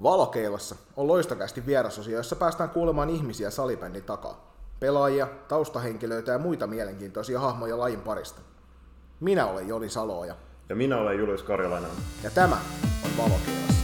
Valokeilassa on loistokästi vierasosio, jossa päästään kuulemaan ihmisiä salibändin takaa. Pelaajia, taustahenkilöitä ja muita mielenkiintoisia hahmoja lajin parista. Minä olen Joni Salooja. Ja minä olen Julius Karjalainen. Ja tämä on Valokeilassa.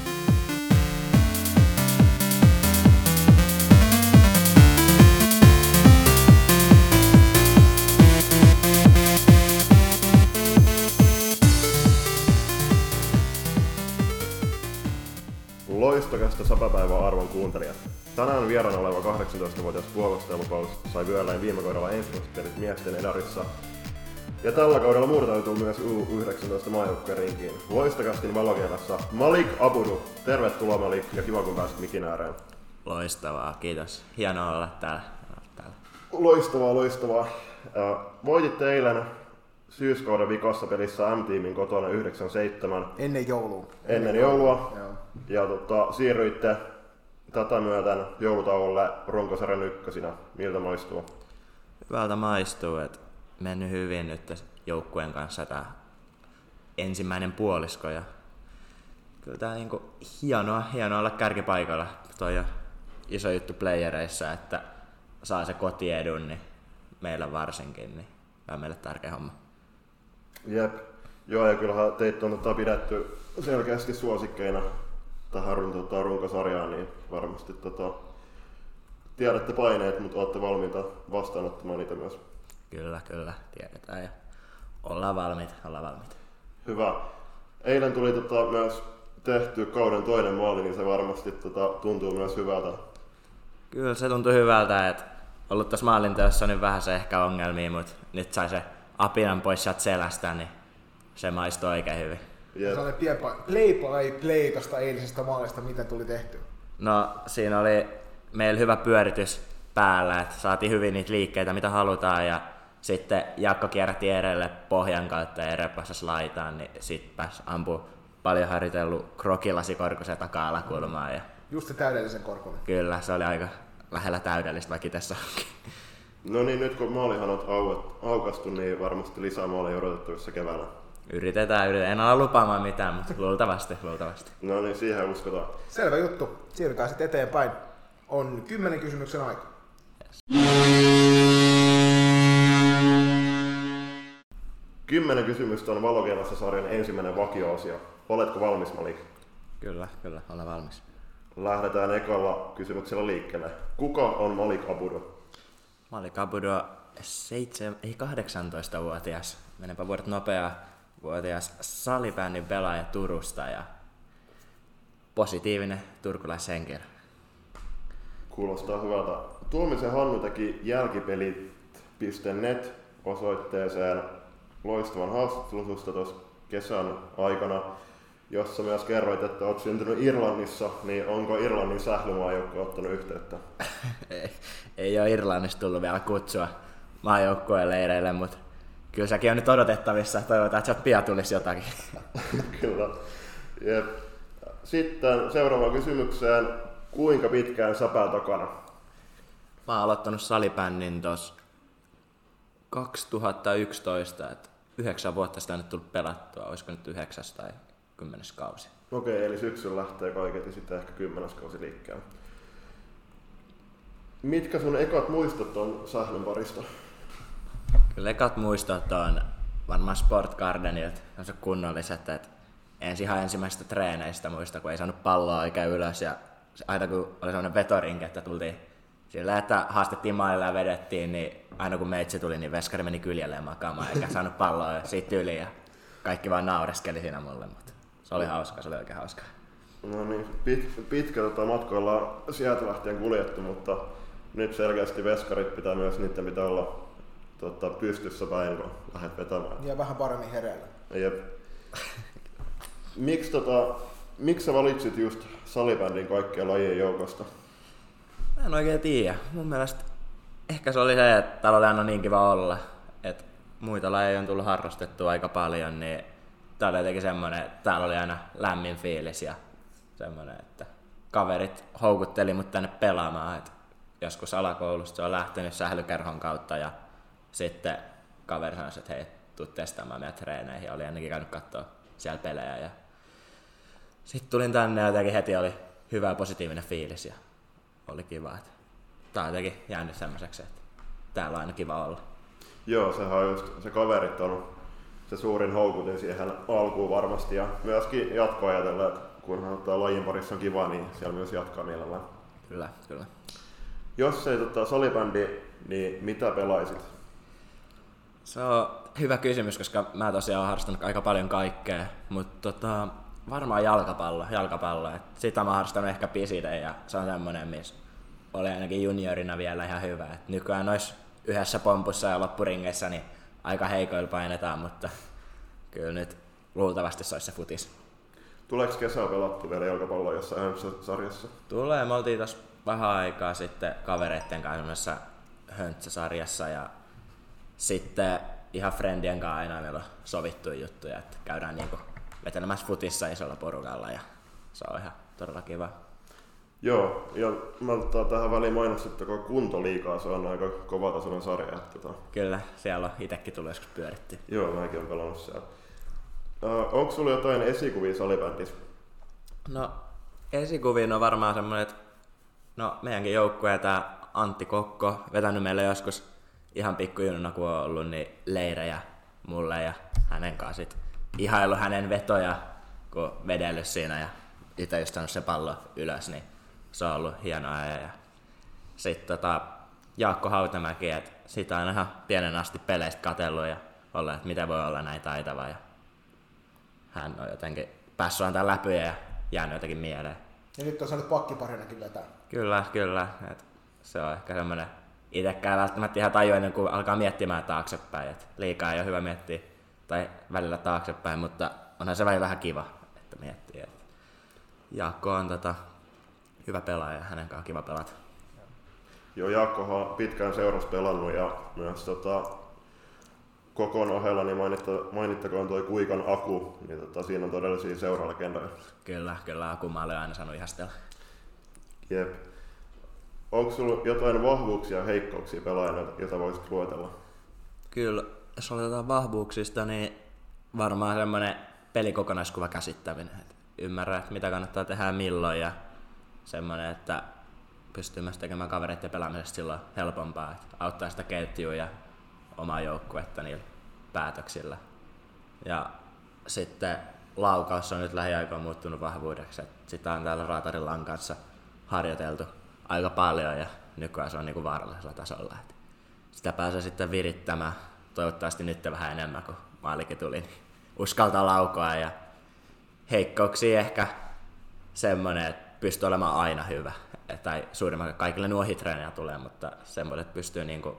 Loistokästä sapapäivää arvon kuuntelijat. Tänään vieraana oleva 18-vuotias puolustajalupaus sai vyölleen viime kaudella ensimmäiset pelit miesten edarissa. Ja tällä kaudella murtautuu myös U19 maajoukkueen rinkiin. Loistokästin Valokeilassa Malik Abudu. Tervetuloa Malik ja kiva kun pääsit mikin ääreen. Loistavaa, kiitos. Hienoa olla täällä. Loistavaa. Voititte eilen syyskauden vikossa pelissä M-tiimin kotona 9-7. Ennen joulua. Joo. Ja siirryitte tätä myöten joulutauolle runkosarjan ykkösinä. Miltä maistuu? Hyvältä maistuu, että mennyt hyvin nyt joukkueen kanssa tämä ensimmäinen puolisko. Ja kyllä tämä niinku hienoa olla kärkipaikalla. Toi on iso juttu playereissa, että saa se kotiedun, niin meillä varsinkin, niin tämä on meille tärkeä homma. Jep. Joo, ja kyllähän teitä on pidetty selkeästi suosikkeina tähän runkosarjaan, niin varmasti tiedätte paineet, mutta olette valmiita vastaanottamaan niitä myös. Kyllä, tiedetään ja ollaan valmiita. Hyvä. Eilen tuli myös tehty kauden toinen maali, niin se varmasti tuntuu myös hyvältä. Kyllä se tuntui hyvältä, että ollut tuossa maalinteossa nyt vähän se ehkä ongelmia, mutta nyt sai se apinan pois sieltä selästä, niin se maistui oikein hyvin. Yep. Se oli play tuosta eilisestä maalista, miten tuli tehty? No siinä oli meillä hyvä pyöritys päällä, että saatiin hyvin niitä liikkeitä mitä halutaan ja sitten Jakko kierrätti Erelle pohjan kautta ja Ere passasi laitaan, niin sit pääsi ampua paljon harjoitellut krokilasikorkoisen taka-alakulmaan. Ja just se täydellisen korkoinen. Kyllä, se oli aika lähellä täydellistä, vaikka tässä onkin. No niin, nyt kun maalihanat aukastu, niin varmasti lisää maaleja odotettavissa keväällä. Yritetään. En ala lupaamaan mitään, mutta luultavasti. No niin, siihen uskotaan. Selvä juttu. Siirrytään sitten eteenpäin. On 10 kysymyksen aika. Yes. 10 kysymystä on Valokeilassa sarjan ensimmäinen vakio-osio. Oletko valmis, Malik? Kyllä, olen valmis. Lähdetään ekalla kysymyksellä liikkeelle. Kuka on Malik Abudu? Malik Abudu on 18-vuotias, menepä vuodet nopeaa, vuotias salibändin pelaaja Turusta ja positiivinen turkulaishenkilö. Kuulostaa hyvältä. Tuomisen Hannu teki jälkipelit.net osoitteeseen loistavan haastattelusta tuossa kesän aikana, jossa myös kerroit, että olet syntynyt Irlannissa, niin onko Irlannin sählymaajoukko ottanut yhteyttä? ei ole Irlannista tullut vielä kutsua maajoukkueen leireille, mutta kyllä sekin on nyt odotettavissa. Toivotaan, että sieltä pian tulisi jotakin. Kyllä. Jep. Sitten seuraavaan kysymykseen. Kuinka pitkään säpää takana? Mä oon aloittanut salibändin tuossa 2011, että 9 vuotta sitä on nyt tullut pelattua. Olisiko nyt 9 tai 10 kausi? Okei, eli syksyllä lähtee kaiketi sitten ehkä 10 kausi liikkeelle. Mitkä sun ekat muistot on sählyn parista? Kyllä ekat muistot on varmaan Sport Gardenilta, on se kunnolliset, että ensimmäisistä treeneistä muista, kun ei saanut palloa oikein ylös ja aina kun oli sellainen vetorinki, että tultiin sillä, että haastettiin maalilla ja vedettiin, niin aina kun meitsi tuli, niin veskari meni kyljelleen makaamaan eikä saanut palloa siitä yli ja kaikki vaan naureskeli siinä mulle, mutta se oli hauska, se oli oikein hauska. No niin, pitkä matkoilla sieltä lähtien kuljettu, mutta nyt selkeästi veskarit pitää myös, niiden pitää olla pystyssä päin, kun lähdet vetämään. Ja vähän paremmin hereillä. Jep. Miksi sä valitsit just salibändin kaikkien lajien joukosta? Mä en oikein tiedä. Mun mielestä ehkä se oli se, että täällä oli aina niin kiva olla. Että muita lajeja on tullut harrastettua aika paljon, niin tää oli jotenkin semmonen, että täällä oli aina lämmin fiilis ja semmonen, että kaverit houkutteli mut tänne pelaamaan. Et joskus alakoulusta se on lähtenyt sählykerhon kautta ja sitten kaveri sanoi, että hei, tuu testaamaan meidän treeneihin. Oli ainakin käynyt kattoo siellä pelejä. Ja sitten tulin tänne ja jotenkin heti oli hyvä ja positiivinen fiilis ja oli kiva. Että tää on jotenkin jäänyt semmoiseksi, että täällä on aina kiva olla. Joo, sehän on just se kaverit on se suurin houkutin siihen alkuun varmasti ja myöskin jatkoa ajatella, että kunhan ottaa lajin parissa on kiva, niin siellä myös jatkaa mielellään. Kyllä. Jos ei salibändi, niin mitä pelaisit? Se on hyvä kysymys, koska mä tosiaan oon harrastanut aika paljon kaikkea, mutta varmaan jalkapallo. Et sitä mä oon harrastanut ehkä pisiten ja se on semmonen, missä oli ainakin juniorina vielä ihan hyvä. Et nykyään nois yhdessä pompussa ja loppuringeissä niin aika heikoilla painetaan, mutta kyllä nyt luultavasti se olisi se futis. Tuleeko kesällä pelattu vielä jalkapalloa jossain sarjassa? Tulee, me oltiin tossa vähän aikaa sitten kavereitten kanssa höntsäsarjassa ja sitten ihan friendien kanssa aina meillä on sovittu juttuja, että käydään niinku vetelemässä futissa isolla porukalla ja se on ihan todella kiva. Joo, ja mä tähän väliin mainostettakoon Kuntoliigaa, se on aika kovatasoinen sarja. Kyllä, siellä on itekin tullut joskus pyöritty. Joo, mäkin olen pelannut siellä. Onko sulla jotain esikuvia salibändissä? No, esikuviin on varmaan semmoinen, että meidänkin joukkue tää Antti Kokko vetänyt meille joskus ihan pikkujununa kun on ollut niin leirejä mulle ja hänen kanssa sit ihailu hänen vetoja kun vedellyt siinä ja itse just saanut se pallo ylös, niin se on ollut hienoa. Ja sitten Jaakko Hautamäki, että sitä on ihan pienen asti peleistä katsellut ja olla, että miten voi olla näin taitava. Ja hän on jotenkin päässyt antaa läpyjä ja jäänyt jotenkin mieleen. Ja nyt on saanut pakkiparinakin vetää. Kyllä. Et se on ehkä semmoinen itsekään välttämättä ihan tajua ennen kuin alkaa miettimään taaksepäin. Et liikaa ei ole hyvä miettiä tai välillä taaksepäin, mutta onhan se välillä vähän kiva, että miettii. Et Jaakko on hyvä pelaaja ja hänen kanssaan kiva pelata. Joo, Jaakkohan on pitkään seurassa pelannut ja myös Kokon ohella niin mainittakoon toi Kuikan Aku, niin siinä on todellisia seuralegendoja. Kyllä, Aku mä olen aina saanut ihastella. Jep. Onko sulla jotain vahvuuksia ja heikkouksia pelaajana, jota voisit luetella? Kyllä, jos aloitetaan vahvuuksista, niin varmaan semmoinen pelikokonaiskuva käsittäminen. Et ymmärrän, että mitä kannattaa tehdä ja milloin ja semmoinen, että pystyy myös tekemään kavereiden pelaamisesta silloin helpompaa. Että auttaa sitä ketjua ja omaa joukkuetta niillä päätöksillä. Ja sitten laukaus on nyt lähiaikoina muuttunut vahvuudeksi. Sitä on täällä Raatarin kanssa harjoiteltu aika paljon ja nykyään se on niinku vaarallisella tasolla. Et sitä pääsee sitten virittämään. Toivottavasti nyt vähän enemmän, kun maalikin tuli, niin uskaltaa laukoa. Ja heikkouksia ehkä semmoinen, että pystyy olemaan aina hyvä. Tai suurimman kaikille nuohitreenejä tulee, mutta semmoinen, että pystyy niinku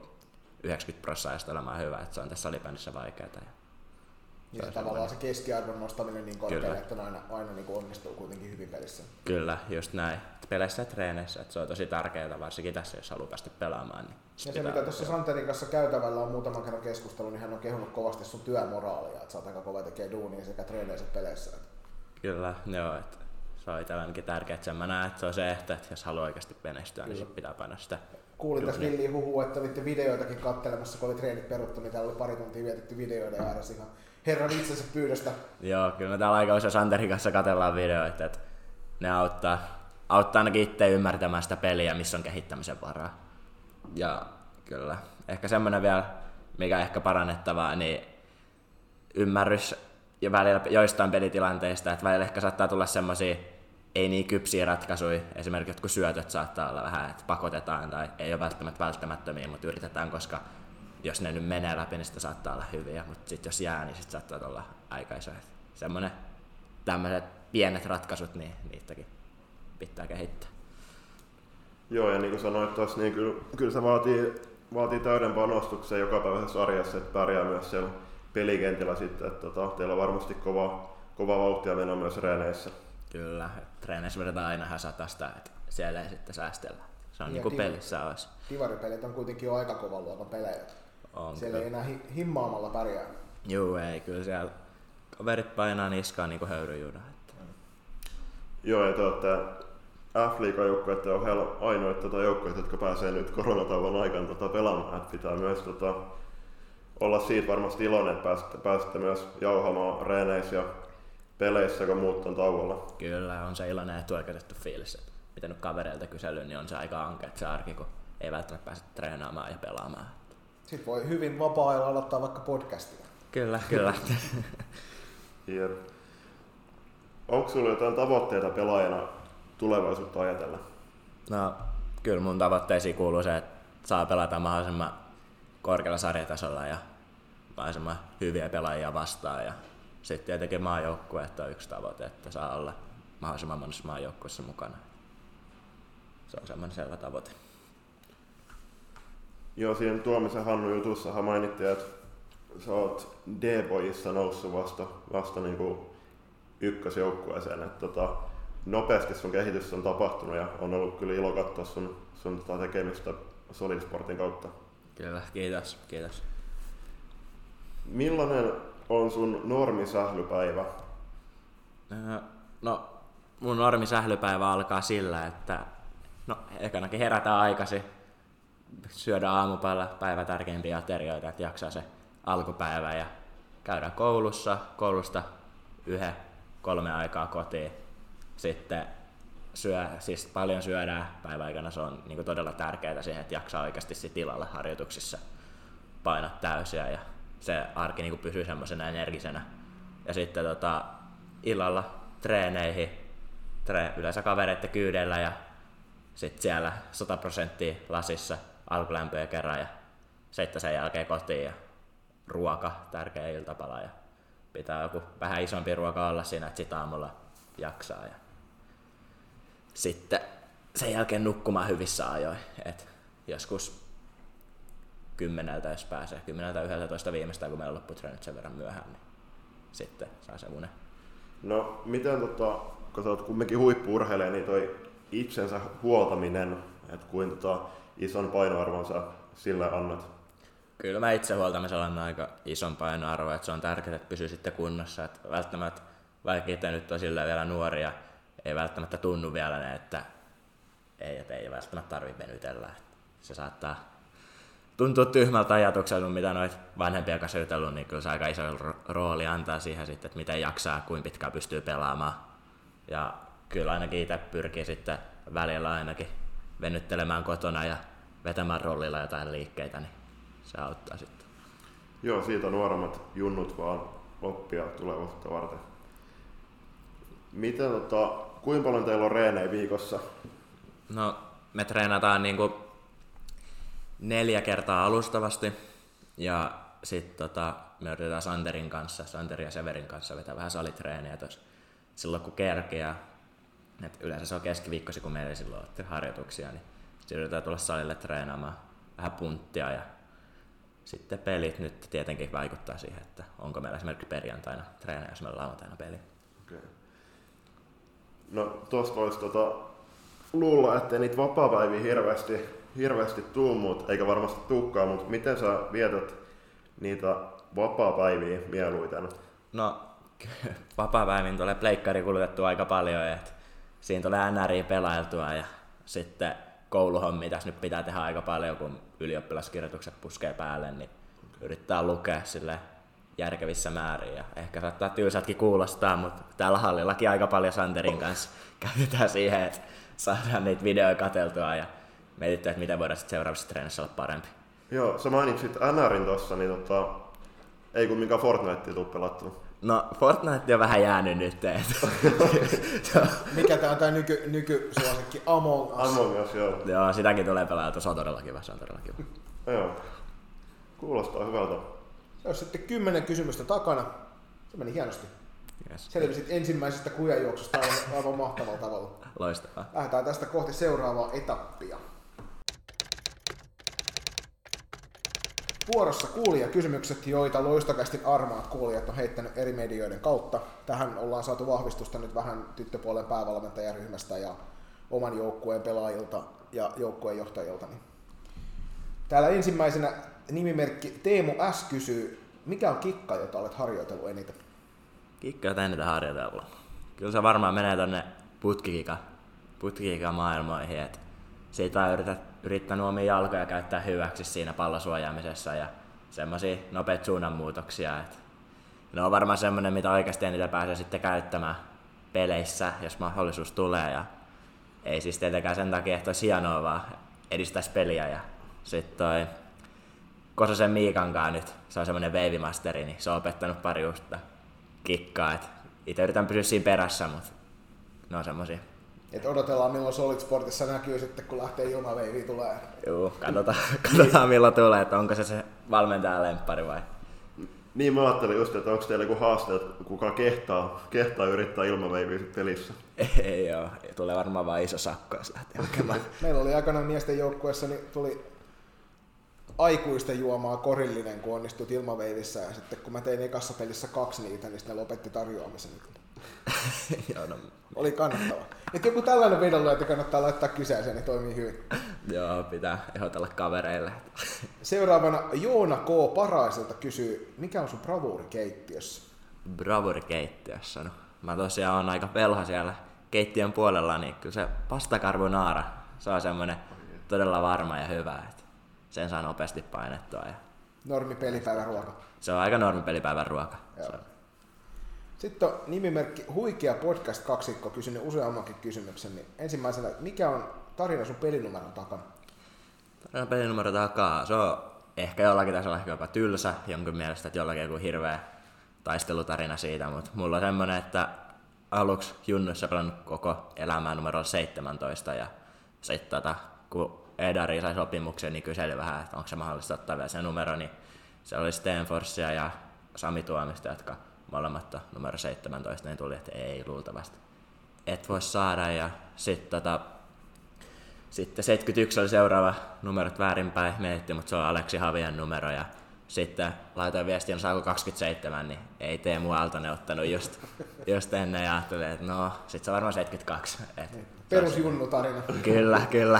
90% olemaan hyvä, että se on tässä salibändissä vaikeaa. Ja tavallaan se keskiarvon nostaminen niin korkealle, että aina niin onnistuu kuitenkin hyvin pelissä. Kyllä, just näin. Peleissä ja treeneissä, että se on tosi tärkeää, varsinkin tässä, jos haluaa päästä pelaamaan. Niin ja se, mitä tuossa Santerin kanssa käytävällä on muutaman kerran keskustellut, niin hän on kehunut kovasti sun työmoraalia, että sä oot aika kova tekee duunia sekä treeneissä että peleissä. Kyllä, joo, että se on itsellänikin tärkeää, että mä näen, että se on se ehto, että jos haluaa oikeasti menestyä, niin sit pitää painaa sitä. Kuulin tässä villiä huhua, että olitte videoitakin kattelemassa, kun oli treenit peruttu, niin täällä oli pari tuntia vietetty videoiden ääressä ihan herran itsensä pyydöstä. Joo, kyllä me täällä aika usein Santerin kanssa katsellaan videoita, että ne auttaa ainakin itse ymmärtämään sitä peliä, missä on kehittämisen varaa. Ja kyllä, ehkä semmoinen vielä, mikä ehkä parannettavaa, niin ymmärrys ja välillä joistain pelitilanteista, että välillä ehkä saattaa tulla semmoisia ei niin kypsiä ratkaisuja, esimerkiksi jotkut syötöt saattaa olla vähän, että pakotetaan tai ei ole välttämättä välttämättömiä, mutta yritetään, koska jos ne nyt menee läpi, niin sitä saattaa olla hyviä, mutta sitten jos jää, niin sitten saattaa olla aika iso. Semmoinen tämmöiset pienet ratkaisut, niin niitäkin pitää kehittää. Joo, ja niin kuin sanoit tuossa, niin kyllä se vaatii täyden panostuksen jokapäiväisessä arjessa, että pärjää myös siellä pelikentillä sitten, että teillä on varmasti kova vauhtia mennä myös treeneissä. Kyllä, treeneissä vedetään aina häsätästä, että siellä ei sitten säästellä. Se on niin kuin pelissä olisi. Divaripelit on kuitenkin jo aika kovan luokan pelejä. On, siellä ei enää himmaamalla pärjää. Juu, ei, kyllä siellä kaverit painaa niskaan niin kuin höyryjuuda. Joo, ja te olette F-liigan joukkueet on ainoita joukkueet, jotka pääsee nyt koronatauon aikana pelaamaan. Että pitää myös olla siitä varmasti iloinen, että pääsette myös jauhamaan reeneissä ja peleissä, kun muut on tauolla. Kyllä, on se iloinen etuoikeutettu fiilis. Että mitä nyt kavereilta kysely, niin on se aika ankeet se arki, kun ei välttämättä pääse treenaamaan ja pelaamaan. Sitten voi hyvin vapaa-ajalla aloittaa vaikka podcastia. Kyllä. Jep. Onko sulla jotain tavoitteita pelaajana tulevaisuutta ajatella? No, kyllä mun tavoitteisiin kuuluu se, että saa pelata mahdollisimman korkealla sarjatasolla ja mahdollisimman hyviä pelaajia vastaan. Ja sitten tietenkin maajoukkueet on yksi tavoite, että saa olla mahdollisimman monessa maajoukkueessa mukana. Se on semmoinen selvä tavoite. Joo, siinä Tuomisen Hannu jutussahan mainittiin, että sä oot D-boyissa noussut vasta niin kuin ykkösjoukkueeseen. Että nopeasti sun kehitys on tapahtunut ja on ollut kyllä ilo katsoa sun tekemistä Solid-sportin kautta. Kyllä, kiitos. Millainen on sun normisählypäivä? No, mun normisählypäivä alkaa sillä, että ekanakin herätään aikaisin, syödään aamupäivällä päivän tärkeimpiä aterioita, että jaksaa se alkupäivä ja käydään koulusta 1-3 aikaa kotiin. Sitten siis paljon syödään päivän aikana, se on niin kuin todella tärkeää siihen, että jaksaa oikeasti sit tilalla harjoituksissa painat täysiä ja se arki niin kuin pysyy semmoisena energisenä. Ja sitten illalla treeneihin, yleensä kavereiden kyydellä ja sitten siellä 100% lasissa alkulämpöjä kerran ja sitten sen jälkeen kotiin ja ruoka, tärkeä iltapala ja pitää joku vähän isompi ruoka olla siinä, että sit aamulla jaksaa ja sitten sen jälkeen nukkumaan hyvissä ajoin, et joskus 10 jos pääsee, 10-11 viimeistään kun meillä lopputreenit sen verran myöhään, niin sitten saa se unen. No miten kun sä oot kumminkin huippu-urheilija, niin toi itsensä huoltaminen, että kuinka ison painoarvon sä sillä annat? Kyllä mä itse huoltamisella annan aika ison painoarvon, että se on tärkeää, että pysyy sitten kunnossa. Että välttämättä, vaikka itse nyt on silleen vielä nuoria, ei välttämättä tunnu vielä ne, että ei välttämättä tarvitse venytellä. Se saattaa tuntua tyhmältä ajatukselta, mitä noita vanhempia kanssa jutellut, niin kyllä se aika iso rooli antaa siihen sitten, että miten jaksaa, kuinka pitkään pystyy pelaamaan. Ja kyllä ainakin itse pyrkii sitten välillä ainakin venyttelemään kotona ja vetämään rollilla jotain liikkeitä, niin se auttaa sitten. Joo, siitä nuoremmat junnut vaan oppia tulevaisuutta varten. Miten kuinka paljon teillä on reenejä viikossa? No, me treenataan niinku 4 kertaa alustavasti ja sitten me yritetään Santerin ja Severin kanssa vetää vähän salitreeniä tuossa silloin kun kerkeää. Et yleensä se on keskiviikkosi, kun meillä ei silloin ole harjoituksia, niin sitten yritetään tulla salille treenaamaan vähän punttia ja sitten pelit nyt tietenkin vaikuttaa siihen, että onko meillä esimerkiksi perjantaina treenejä, jos meillä on lauantaina peli. Okay. No tuosta voisi luulla, ettei niitä vapaapäiviä hirveästi tuu, eikä varmasti tuukaan, mutta miten sä vietät niitä vapaapäiviä mieluiten? No vapaapäivin tulee pleikkari kulutettua aika paljon, että siinä tulee NRI pelailtua ja sitten kouluhommia tässä nyt pitää tehdä aika paljon, kun ylioppilaskirjoitukset puskee päälle, niin yrittää lukea sille järkevissä määrin ja ehkä saattaa tylsätkin kuulostaa, mutta täällä hallillakin aika paljon Santerin kanssa käytetään siihen, että saadaan niitä videoja katseltua ja mietittyä, että miten voidaan sitten seuraavassa treenissä olla parempi. Joo, sä mainitsit NRin tossa, niin ei kumminkaan Fortnitea tuu pelattua. No, Fortnite on vähän jäänyt nyt. Mikä tää on tää nykysuosikki? Among Us. Among Us, joo. Joo, sitäkin tulee pelata. Se on todella kiva. Joo. Kuulostaa hyvältä. Se on sitten 10 kysymystä takana. Se meni hienosti. Yes. Selvisit ensimmäisestä kujanjuoksusta aivan mahtavalla tavalla. Loistavaa. Lähdetään tästä kohti seuraavaa etappia. Vuorossa kuulijakysymykset, joita Loistokästin armaat kuulijat on heittänyt eri medioiden kautta. Tähän ollaan saatu vahvistusta nyt vähän tyttöpuolen päävalmentajaryhmästä ja oman joukkueen pelaajilta ja joukkueen johtajilta. Täällä ensimmäisenä nimimerkki Teemu S. kysyy, mikä on kikka, jota olet harjoitellut eniten? Kikka, jota eniten harjoitellut. Kyllä se varmaan menee tonne putkikikan maailmoihin, että siitä on yrittänyt omia jalkoja käyttää hyväksi siinä pallosuojaamisessa ja semmosia nopeita suunnanmuutoksia, että ne on varmaan semmoinen, mitä oikeasti eniten pääsee sitten käyttämään peleissä, jos mahdollisuus tulee. Ja ei siis tietenkään sen takia, että olisi hienoa, vaan edistäisi peliä. Ja sitten toi Kososen Miikankaan nyt, se on semmoinen veivimasteri, niin se on opettanut pari uutta kikkaa. Itse yritän pysyä siinä perässä, mutta ne on semmosia. Et odotellaan milloin Solid Sportissa näkyy sitten, kun lähtee ilmaveiviä tulee. Joo, katsotaan milloin tulee, että onko se valmentajan lemppari vai. Niin mä ajattelin just, että onko teillä joku haaste, että kuka kehtaa yrittää ilmaveiviä pelissä? Ei oo, tulee varmaan vaan iso sakko, jos lähtee hakemaan. Meillä oli aikanaan miesten joukkueessa, niin tuli aikuisten juomaa korillinen, kun onnistut ilmaveivissä, ja sitten kun mä tein ekassa pelissä 2 niitä, niin ne lopetti tarjoamisen. Joo, no. Oli kannattava. Et joku tällainen vedonlyönti kannattaa laittaa kyseeseen, niin toimii hyvin. Joo, pitää ehdotella kavereille. Seuraavana Joona K. Paraiselta kysyy, mikä on sun bravuuri keittiössä? Bravuuri keittiössä, no. Mä tosiaan on aika velha siellä keittiön puolella, niin kyllä se pasta carbonara, se on semmoinen todella varma ja hyvä, että sen saa nopeasti painettua. Ja normi pelipäivän ruoka. Se on aika normi pelipäivän ruoka. Sitten on nimimerkki Huikea Podcast-kaksikko kysynyt useammankin kysymyksen. Niin ensimmäisenä, mikä on tarina sun pelinumeron takana? Tarina pelinumero takaa, se on ehkä jollakin tasolla ehkä jopa tylsä, jonkun mielestä, että jollakin joku hirveä taistelutarina siitä, mutta mulla on semmoinen, että aluksi junnuissa pelannut koko elämää numero 17 ja sitten kun Edari sai sopimuksen, niin kyseli vähän, että onko se mahdollista ottaa vielä se numero, niin se oli Stenforsia ja Sami Tuomista, jotka molemmat numero 17, niin tuli, että ei luultavasti. Et voi saada, ja sitten 71 oli seuraava numerot väärinpäin mietitty, mutta se on Aleksi Havian numero, ja sitten laitoin viestin, saako 27, niin ei Teemu Aaltonen ottanut just ennen, ja ajattelin, että no, sit se on varmaan 72. Perusjunnu-tarina. Kyllä.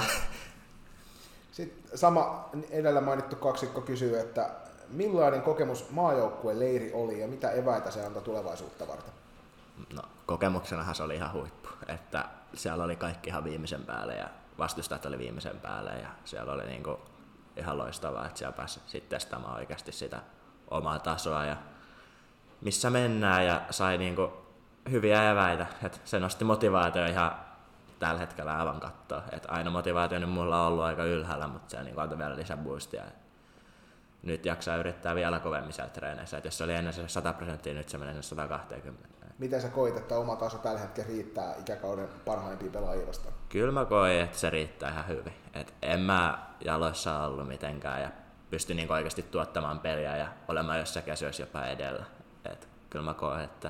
Sitten sama edellä mainittu kaksikko kysyy, että millainen kokemus maajoukkueen leiri oli ja mitä eväitä se antoi tulevaisuutta varten? No, kokemuksenahan se oli ihan huippu, että siellä oli kaikki ihan viimeisen päälle ja vastustajat oli viimeisen päälle ja siellä oli niinku ihan loistavaa, että siellä pääsi sitten testaamaan oikeasti sitä omaa tasoa ja missä mennään ja sai niinku hyviä eväitä, että se nosti motivaatio ihan tällä hetkellä aivan kattoa, että aina motivaatio nyt mulla on ollut aika ylhäällä, mutta se niinku antoi vielä lisäboostia. Nyt jaksaa yrittää vielä kovemmin siellä treeneissä, että jos se oli ennen se 100%, nyt se menee 120. Miten sä koit, että oma taso tällä hetkellä riittää ikäkauden parhaimpia pelaajia vastaan? Kyllä mä koin, että se riittää ihan hyvin. Et en mä jaloissa ollut mitenkään ja pystyn niinku oikeasti tuottamaan peliä ja olemaan jossakin asioissa jopa edellä. Et kyllä mä koen, että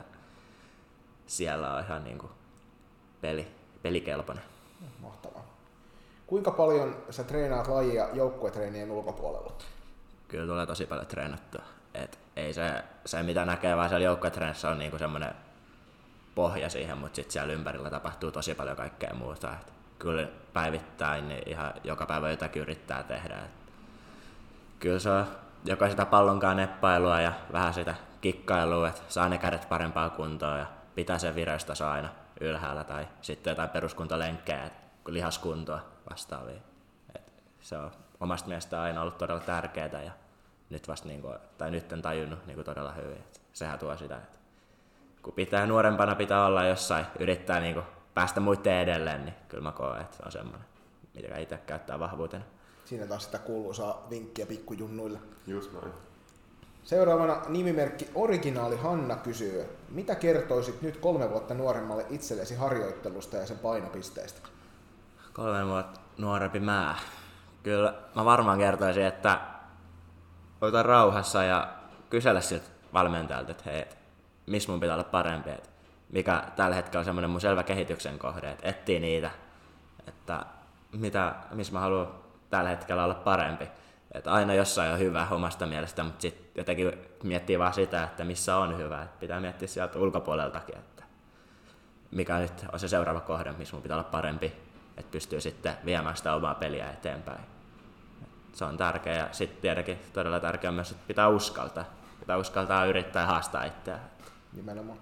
siellä on ihan niinku pelikelpoinen. Mahtavaa. Kuinka paljon sä treenaat lajia joukkuetreenien ulkopuolella? Kyllä tulee tosi paljon treenattua. Et ei se mitä näkee vaan siellä joukkuetreenissä on niinku semmoinen pohja siihen, mutta sitten siellä ympärillä tapahtuu tosi paljon kaikkea muuta. Et kyllä päivittäin niin ihan joka päivä jotakin yrittää tehdä. Et kyllä se on joko sitä pallonkaan neppailua ja vähän sitä kikkailua, että saa ne kädet parempaa kuntoa ja pitää sen vireystaso aina ylhäällä tai sitten jotain peruskuntolenkkejä, lihaskuntoa vastaavia. Et se on omasta mielestä aina ollut todella tärkeää ja nyt vasta nyt en tajunnut todella hyvin. Et sehän tuo sitä, että kun nuorempana pitää olla jossain, yrittää päästä muiden edelleen, niin kyllä mä koen, että se on semmoinen, mitä itse käyttää vahvuutena. Siinä taas sitä kuuluisaa vinkkiä pikkujunnuille. Just näin. Seuraavana nimimerkki Originaali Hanna kysyy, mitä kertoisit nyt 3 vuotta nuoremmalle itsellesi harjoittelusta ja sen painopisteistä? 3 vuotta nuorempi mä. Kyllä mä varmaan kertoisin, että ota rauhassa ja kysellä siltä valmentajalta, että hei, missä mun pitää olla parempi, että mikä tällä hetkellä on semmoinen mun selvä kehityksen kohde, että etsii niitä, että missä mä haluan tällä hetkellä olla parempi. Että aina jossain on hyvä omasta mielestä, mutta sitten jotenkin miettii vaan sitä, että missä on hyvä. Että pitää miettiä sieltä ulkopuoleltakin, että mikä nyt on se seuraava kohde, missä mun pitää olla parempi, että pystyy sitten viemään sitä omaa peliä eteenpäin. Se on tärkeää ja sitten tietenkin todella tärkeää myös, että pitää uskaltaa yrittää ja haastaa itseään. Nimenomaan.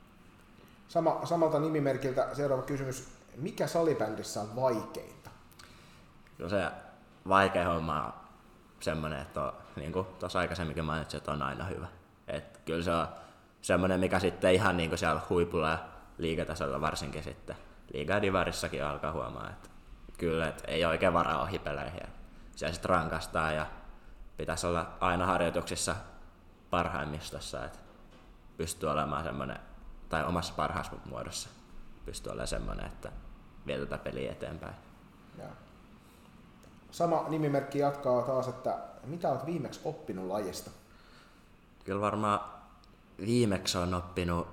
Samalta nimimerkiltä seuraava kysymys. Mikä salibändissä on vaikeinta? Kyllä se vaikea homma on semmoinen, että on, niin kuin tuossa aikaisemminkin mainitsin, että on aina hyvä. Että kyllä se on semmoinen, mikä sitten ihan niin kuin siellä huipulla ja liigatasolla varsinkin sitten. Liiga ja divarissakin alkaa huomaa, että kyllä, että ei ole oikein varaa ohipeleihin. Siellä sitten rankastaa ja pitäisi olla aina harjoituksissa parhaimmistossa, että pystyy olemaan semmoinen, tai omassa parhaassa muodossa pystyy olemaan semmoinen, että vie tätä peliä eteenpäin. Ja. Sama nimimerkki jatkaa taas, että mitä olet viimeksi oppinut lajista? Kyllä varmaan viimeksi on oppinut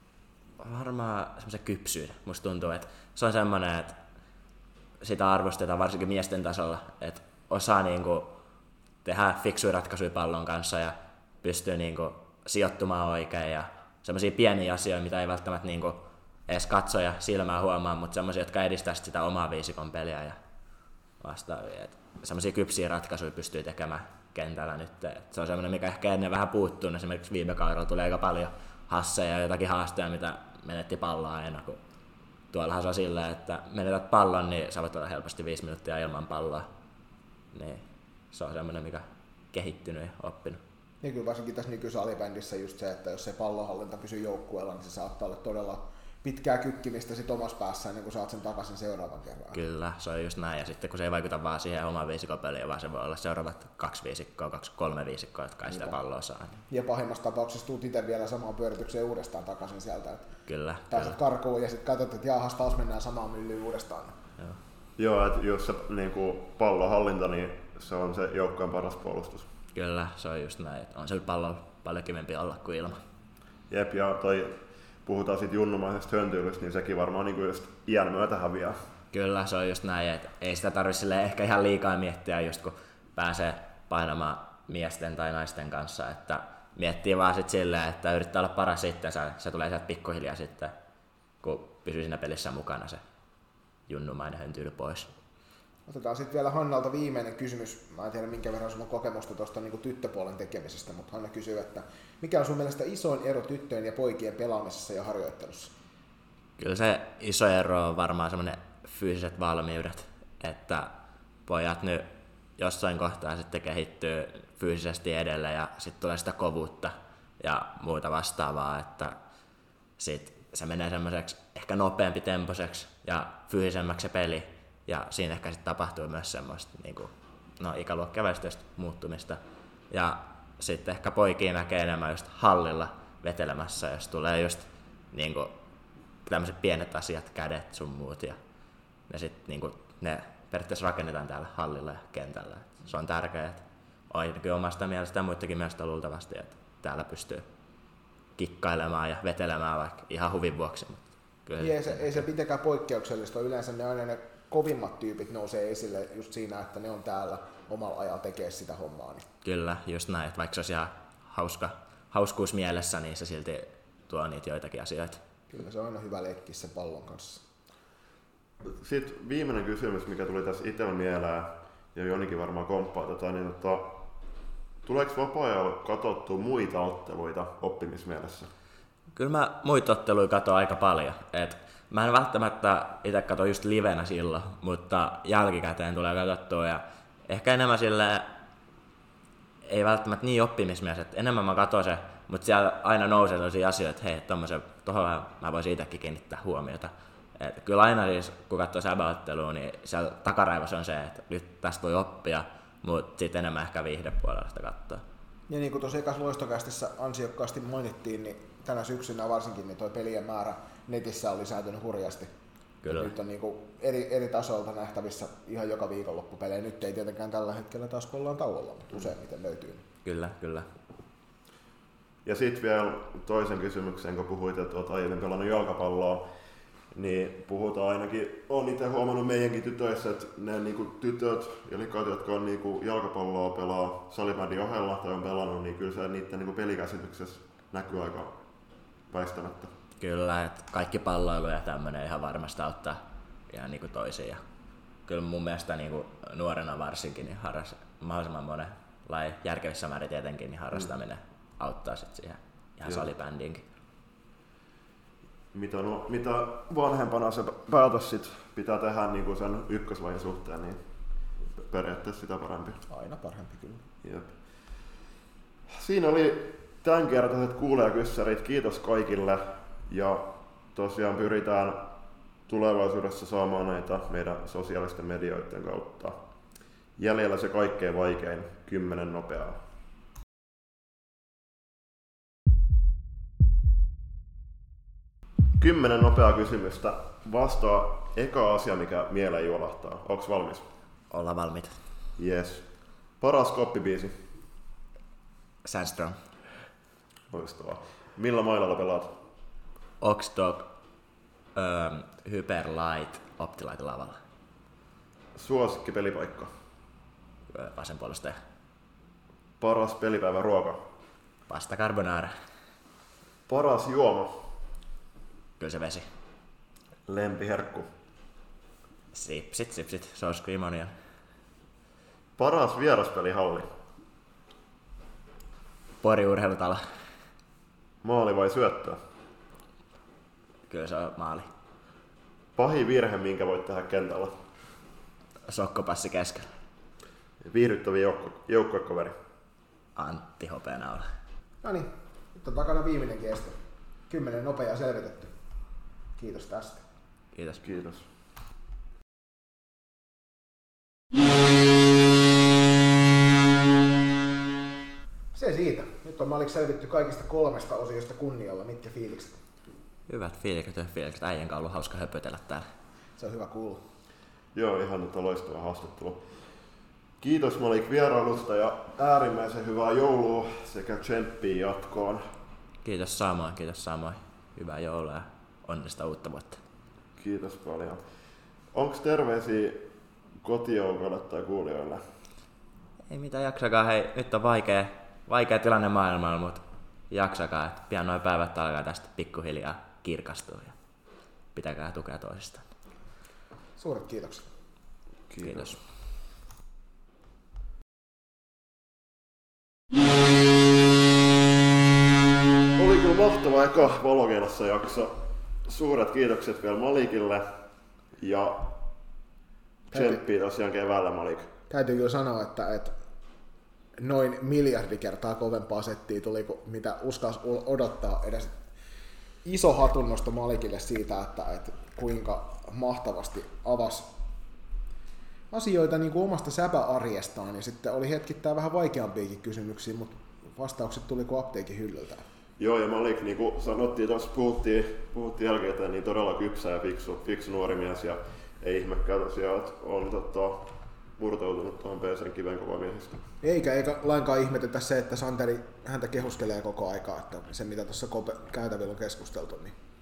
varmaan semmoisen kypsyyden. Musta tuntuu, että se on semmoinen, että sitä arvostetaan varsinkin miesten tasolla, että osaa niinku tehdä fiksuja ratkaisuja pallon kanssa ja pystyy niinku sijoittumaan oikein ja semmoisia pieniä asioita, mitä ei välttämättä niinku edes katsoja silmää huomaa, mutta semmoisia, jotka edistää sitä omaa viisikon peliä ja vastaavia. Semmoisia kypsiä ratkaisuja pystyy tekemään kentällä nyt. Se on semmoinen, mikä ehkä ennen vähän puuttuu. Esimerkiksi viime kaudella tuli aika paljon hasseja ja jotakin haasteja, mitä menetti palloa aina. Kun tuollahan se on silleen, että menetät pallon, niin sä voit olla helposti 5 minuuttia ilman palloa. Niin se on semmoinen, mikä kehittynyt ja oppinut. Niin kyllä varsinkin tässä nykyisessä alibändissä just se, että jos se pallonhallinta pysyy joukkueella, niin se saattaa olla todella pitkää kykkimistä sit omassa päässä ennen kuin saat sen takaisin seuraavan kerran. Kyllä, se on just näin. Ja sitten kun se ei vaikuta vaan siihen omaan viisikopeliin, vaan se voi olla seuraavat 2 viisikkoa, 3 viisikkoa, jotka ei sitä palloa saa. Ja pahimmassa tapauksessa tuut itse vielä samaan pyöritykseen uudestaan takaisin sieltä. Kyllä. Pääset karkuun ja sitten katsot, että jaahas taas mennään samaan myllyyn uudestaan. Joo, että jos se niinku pallonhallinta, niin se on se joukkojen paras puolustus. Kyllä, se on just näin. On se pallo paljon kivempi olla kuin ilman. Jep, ja puhutaan siitä junnumaisesta höntyilystä, niin sekin varmaan niin just iän myötä häviää. Kyllä, se on just näin, että ei sitä tarvitse ehkä ihan liikaa miettiä, just kun pääsee painamaan miesten tai naisten kanssa, että miettii vaan sit silleen, että yrittää olla paras sitten, se tulee sieltä pikkuhiljaa sitten, kun pysyy siinä pelissä mukana se junnumainen höntyily pois. Otetaan sitten vielä Hannalta viimeinen kysymys. Mä en tiedä minkä verran sulla on kokemusta tuosta niin tyttöpuolen tekemisestä, mutta Hanna kysyy, että mikä on sun mielestä isoin ero tyttöjen ja poikien pelaamisessa ja harjoittelussa? Kyllä se iso ero on varmaan semmoinen fyysiset valmiudet, että pojat nyt jossain kohtaa sitten kehittyy fyysisesti edelleen ja sitten tulee sitä kovuutta ja muuta vastaavaa, että sit se menee semmoiseksi ehkä nopeampi tempoiseksi ja fyysisemmäksi se peli. Ja siinä ehkä sitten tapahtuu myös semmoista ikäluokkien välistöistä muuttumista. Ja sitten ehkä poikia näkee enemmän just hallilla vetelemässä, jos tulee just tämmöiset pienet asiat, kädet sun muut. Ja ne sitten ne periaatteessa rakennetaan täällä hallilla ja kentällä. Se on tärkeää, että ainakin omasta mielestä ja muidenkin mielestä luultavasti, että täällä pystyy kikkailemaan ja vetelemään vaikka ihan huvin vuoksi. Ei se mitenkään poikkeuksellista. Yleensä ne aina ne kovimmat tyypit nousee esille just siinä, että ne on täällä omalla ajalla tekee sitä hommaa. Niin. Kyllä, just näin. Että vaikka se olisi ihan hauskuus mielessä, niin se silti tuo niitä joitakin asioita. Kyllä se on aina hyvä leikkiä sen pallon kanssa. Sitten viimeinen kysymys, mikä tuli tässä itsellä mieleen, ja Jonikin varmaan komppaa tätä, niin tuleeko vapaa-ajalla katsottua muita otteluita oppimismielessä? Kyllä mä muita otteluja katson aika paljon. Mä en välttämättä itse katso just livenä silloin, mutta jälkikäteen tulee katsottua ja ehkä enemmän silleen, ei välttämättä niin oppimismies, että enemmän mä katson se, mutta siellä aina nousee sellaisia asioita, että hei, tohon mä voisin itsekin kiinnittää huomiota. Et kyllä aina siis, kun katsoo säbäottelua, niin siellä takaraivossa on se, että nyt tästä voi oppia, mutta sitten enemmän ehkä viihdepuolella sitä katsoa. Ja niin kuin tuossa ekassa loistokästissä ansiokkaasti mainittiin, niin tänä syksynä varsinkin niin toi pelien määrä netissä on lisääntynyt hurjasti. Kyllä. Nyt on niin kuin eri tasoilta nähtävissä ihan joka viikonloppu pelejä. Nyt ei tietenkään tällä hetkellä taas kun ollaan tauolla, mutta useimmiten löytyy. Kyllä. Ja sitten vielä toisen kysymyksen, kun puhuit, että olet aiemmin pelannut jalkapalloa, niin puhutaan ainakin, olen itse huomannut meidänkin tytöissä, että ne niinku tytöt ja likat, jotka on niinku jalkapalloa pelaa salibändin ohella tai on pelannut, niin kyllä se niiden niinku pelikäsityksessä näkyy aika väistämättä. Kyllä, että kaikki palloilu ja tämmöinen ihan varmasti auttaa ihan niinku toisiin. Ja kyllä mun mielestä niinku nuorena varsinkin niin mahdollisimman monen lain järkevissä määrin tietenkin niin harrastaminen auttaa sit siihen ihan salibändiinkin. Mitä vanhempana se päätös sit pitää tehdä niin sen ykköslajin suhteen, niin periaatteessa sitä parempi. Aina parempi kyllä. Jep. Siinä oli Tämänkertaiset kuulijakyssärit, kiitos kaikille. Ja tosiaan pyritään tulevaisuudessa saamaan näitä meidän sosiaalisten medioiden kautta. Jäljellä se kaikkein vaikein, 10 nopeaa. 10 nopeaa kysymystä. Vastaa eka asia, mikä mieleen juolahtaa. Onks valmis? Ollaan valmiita. Yes. Paras koppibiisi? Sandstrom. Loistavaa. Millä mailalla pelaat? Oxdog, Hyperlight, Optilight lavalla. Suosikki pelipaikka? Vasen puolustaja. Paras pelipäivän ruoka? Pasta carbonara. Paras juoma? Kyllä se vesi. Lempiherkku? Sipsit, sour cream onion. Paras vieraspelihalli? Pori urheilutalo. Maali vai syöttää? Kyllä se on maali. Pahin virhe, minkä voit tehdä kentällä? Sokkopassi keskellä. Viihdyttävin joukkuekaveri? Antti Hopeanaula. No niin, nyt on takana viimeinen kesto. 10 nopeaa selvitetty. Kiitos tästä. Kiitos. Kiitos. Se siitä. Nyt on Malik selvitty kaikista 3 osiosta kunnialla. Mitkä fiilikset? Hyvät fiilikset. Äijän kanssa on ollut hauska höpötellä täällä. Se on hyvä kuulla. Joo, ihan nyt on loistava haastattelu. Kiitos Malik vierailusta ja äärimmäisen hyvää joulua sekä tsemppiä jatkoon. Kiitos samoin. Hyvää joulua ja onnellista uutta vuotta. Kiitos paljon. Onko terveisiä kotijoukoille tai kuulijoille? Ei mitään, jaksakaa. Hei, nyt on vaikea tilanne maailmalla, mutta jaksakaa. Että pian noin päivät alkaa tästä pikkuhiljaa kirkastua ja pitäkää tukea toisistaan. Suuret kiitokset. Kiitos. Oli kyllä mahtava eka Valokeilassa jakso. Suuret kiitokset vielä Malikille ja tsemppiä tosiaan keväällä Malik. Täytyy kyllä sanoa, että noin miljardi kertaa kovempaa settiä tuli kuin mitä uskalsi odottaa edes. Iso hatunnosto Malikille siitä, että kuinka mahtavasti avasi asioita niin kuin omasta säpäarjestaan, ja sitten oli hetkittäin vähän vaikeampiakin kysymyksiä, mutta vastaukset tuli kuin apteekin hyllyltä. Joo, ja Malik, niin kuin sanottiin tuossa, puhuttiin jälkeen, niin todella kypsä ja fiksu nuori mies, ja ei ihmekään tosiaan, että on murtautunut tuohon PC:n kiven kova miehistä. Eikä lainkaan ihmetetä se, että Santeri häntä kehuskelee koko aikaa, että se mitä tuossa käytävillä on keskusteltu.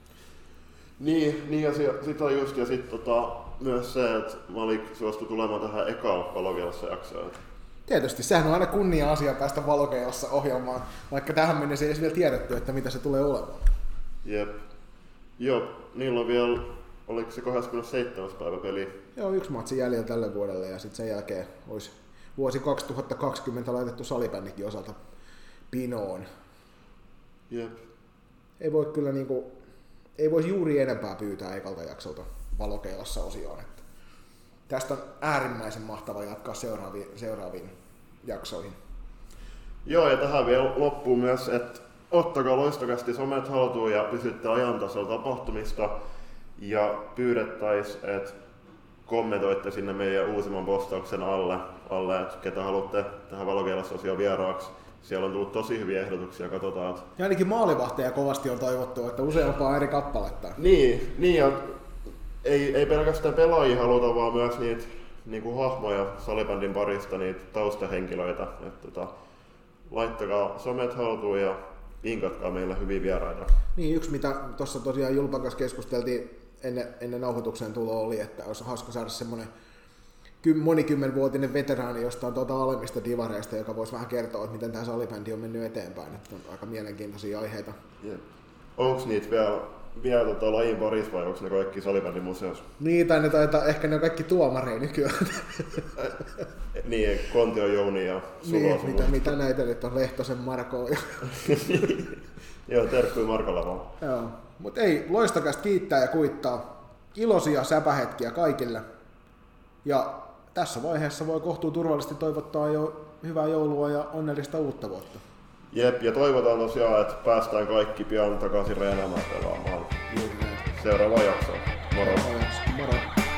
Niin ja sit on just, ja sit myös se, että Malik suostui tulemaan tähän ekaan Valokeilassa jaksoon. Tietysti, sehän on aina kunnia-asia päästä Valokeilassa ohjelmaan, vaikka tähän mennessä ei edes vielä tiedetty, että mitä se tulee olemaan. Jep. Joo, niillä on vielä, oliko se 27. päivä peli? Joo, 1 matsi jäljellä tälle vuodelle, ja sitten sen jälkeen olisi vuosi 2020 laitettu salibändikin osalta pinoon. Jep. Ei voi kyllä ei voisi juuri enempää pyytää ekalta jaksolta Valokeilassa osioon. Että tästä on äärimmäisen mahtava jatkaa seuraaviin jaksoihin. Joo, ja tähän vielä loppuu myös, että ottakaa loistokasti somet haltuun ja pysytte ajan tasalla tapahtumista. Ja pyydettäisiin, että kommentoitte sinne meidän uusimman postauksen alle että ketä haluatte tähän Valokeilassa osioon vieraaksi. Siellä on tullut tosi hyviä ehdotuksia, katsotaan. Että... Ja ainakin maalivahteja kovasti on toivottu, että useampaa eri kappaletta. Niin ja ei pelkästään pelaajia haluta, vaan myös niitä niinku hahmoja salibändin parista, niitä taustahenkilöitä. Että laittakaa somet haltuun ja vinkatkaa meille hyviä vieraita. Niin, yksi mitä tuossa tosiaan Julpan kanssa keskusteltiin ennen nauhoituksen tuloa oli, että olisi hauska saada semmoinen monikymmenvuotinen veteraani jostain alemmista divareista, joka voisi vähän kertoa, että miten tämä salibändi on mennyt eteenpäin. Että on aika mielenkiintoisia aiheita. Yeah. Onko niitä vielä lajin parissa vai onko ne kaikki salibändin museossa? Niin, tai ehkä ne on kaikki tuomareja nykyään. Niin, Kontio Jouni ja Sulo. Niin, mitä näitä nyt on, Lehtosen Marko. Joo, terkkui Markolla vaan. Joo, mutta ei, loistakasta kiittää ja kuittaa. Iloisia säpähetkiä kaikille. Ja tässä vaiheessa voi kohtuu turvallisesti toivottaa jo hyvää joulua ja onnellista uutta vuotta. Jep, ja toivotaan tosiaan, että päästään kaikki pian takaisin reenaamaan pelaamaan. Seuraava jakso. Moro! Moro!